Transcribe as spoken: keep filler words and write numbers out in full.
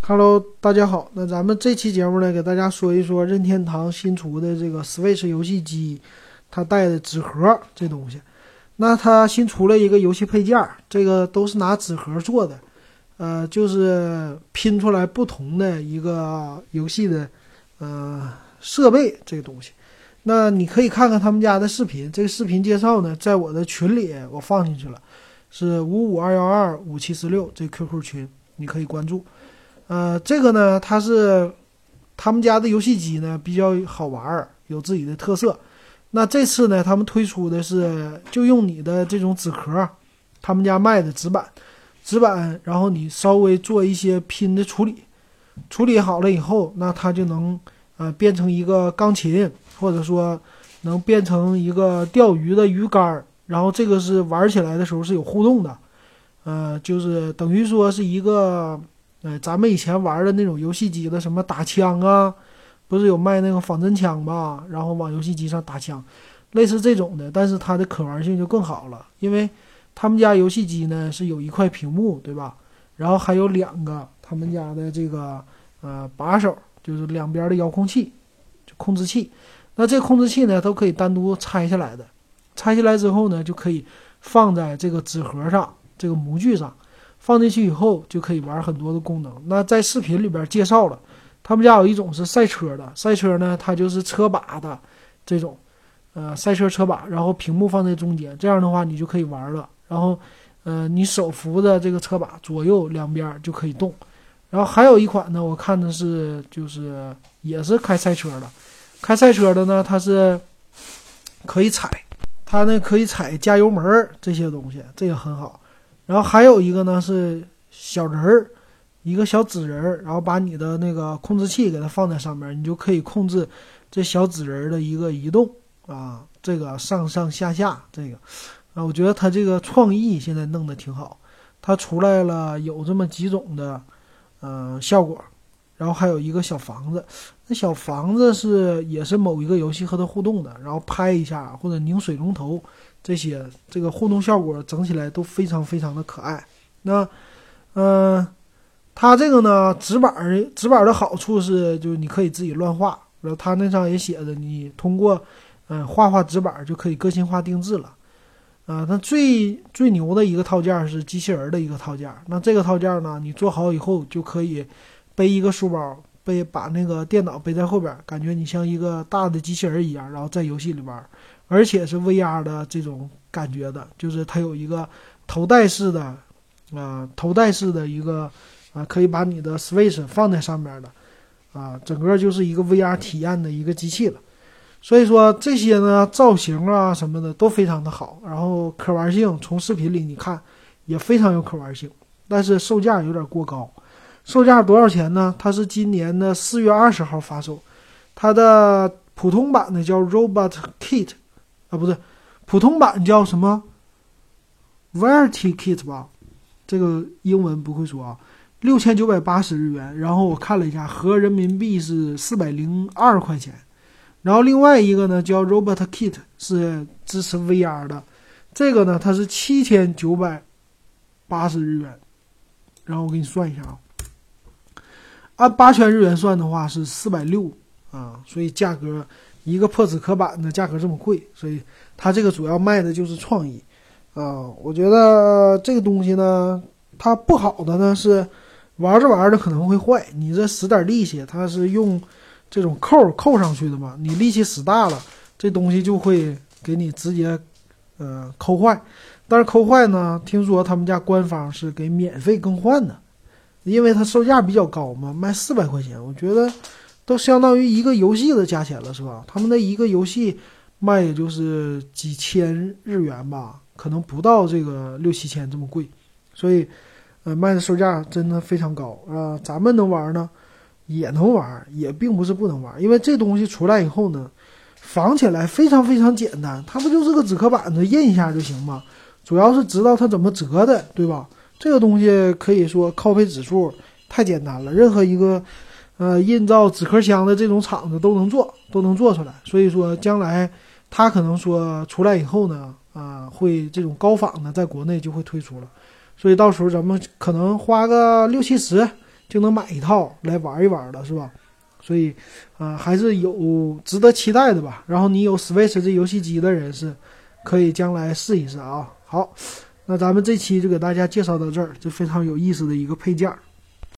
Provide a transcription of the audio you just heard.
Hello，大家好。那咱们这期节目呢，给大家说一说任天堂新出的这个 Switch 游戏机，它带的纸盒这东西。那它新出了一个游戏配件，这个都是拿纸盒做的，呃，就是拼出来不同的一个游戏的呃设备这个东西。那你可以看看他们家的视频，这个视频介绍呢，在我的群里我放进去了，是五五二幺二五七四六这 Q Q 群，你可以关注。呃，这个呢，它是他们家的游戏机呢比较好玩，有自己的特色。那这次呢，他们推出的是就用你的这种纸壳，他们家卖的纸板，纸板，然后你稍微做一些拼的处理，处理好了以后，那它就能呃变成一个钢琴，或者说能变成一个钓鱼的鱼竿，然后这个是玩起来的时候是有互动的，呃，就是等于说是一个。呃，咱们以前玩的那种游戏机的什么打枪啊，不是有卖那个仿真枪嘛，然后往游戏机上打枪，类似这种的，但是它的可玩性就更好了，因为他们家游戏机呢是有一块屏幕，对吧？然后还有两个他们家的这个呃把手，就是两边的遥控器，就控制器。那这控制器呢都可以单独拆下来的，拆下来之后呢就可以放在这个纸盒上，这个模具上。放进去以后就可以玩很多的功能。那在视频里边介绍了，他们家有一种是赛车的，赛车呢它就是车把的这种，呃，赛车车把，然后屏幕放在中间，这样的话你就可以玩了。然后，呃，你手扶的这个车把左右两边就可以动。然后还有一款呢，我看的是就是也是开赛车的，开赛车的呢它是可以踩，它呢可以踩加油门这些东西，这个很好。然后还有一个呢是小人儿，一个小纸人儿，然后把你的那个控制器给它放在上面，你就可以控制这小纸人的一个移动啊，这个上上下下这个啊，我觉得它这个创意现在弄得挺好，它出来了有这么几种的嗯、呃、效果，然后还有一个小房子，那小房子是也是某一个游戏和它互动的，然后拍一下或者拧水龙头。这些这个互动效果整起来都非常非常的可爱。那，嗯、呃，它这个呢，纸板纸板的好处是，就是你可以自己乱画，然后它那上也写着，你通过嗯、呃、画画纸板就可以个性化定制了。啊、呃，它最最牛的一个套件是机器人的一个套件。那这个套件呢，你做好以后就可以背一个书包，背把那个电脑背在后边，感觉你像一个大的机器人一样，然后在游戏里玩。而且是 V R 的这种感觉的，就是它有一个头戴式的，啊、呃，头戴式的一个，啊、呃，可以把你的 Switch 放在上面的，啊、呃，整个就是一个 V R 体验的一个机器了。所以说这些呢，造型啊什么的都非常的好，然后可玩性从视频里你看也非常有可玩性，但是售价有点过高。售价多少钱呢？它是今年的四月二十号发售，它的普通版的叫 Robot Kit。啊，不是，普通版叫什么 Variety Kit 吧，这个英文不会说啊，六千九百八十日元。然后我看了一下，合人民币是四百零二块钱。然后另外一个呢叫 Robot Kit， 是支持 V R 的，这个呢它是七千九百八十日元。然后我给你算一下啊，按八千日元算的话是四百六啊，所以价格。一个破纸壳板的价格这么贵，所以它这个主要卖的就是创意啊、呃。我觉得这个东西呢，它不好的呢是玩着玩着可能会坏，你这使点力气，它是用这种扣扣上去的嘛，你力气使大了，这东西就会给你直接呃抠坏。但是抠坏呢，听说他们家官方是给免费更换的，因为它售价比较高嘛，卖四百块钱，我觉得。都相当于一个游戏的价钱了，是吧？他们的一个游戏卖也就是几千日元吧，可能不到这个六七千这么贵，所以，呃，卖的售价真的非常高啊、呃。咱们能玩呢，也能玩，也并不是不能玩，因为这东西出来以后呢，仿起来非常非常简单，它不就是个纸壳板子印一下就行吗？主要是知道它怎么折的，对吧？这个东西可以说 copy 指数太简单了，任何一个。呃，印造纸壳箱的这种厂子都能做，都能做出来。所以说，将来它可能说出来以后呢，啊、呃，会这种高仿的在国内就会推出了。所以到时候咱们可能花个六七十就能买一套来玩一玩了，是吧？所以，啊、呃，还是有值得期待的吧。然后你有 Switch 这游戏机的人是可以将来试一试啊。好，那咱们这期就给大家介绍到这儿，这非常有意思的一个配件。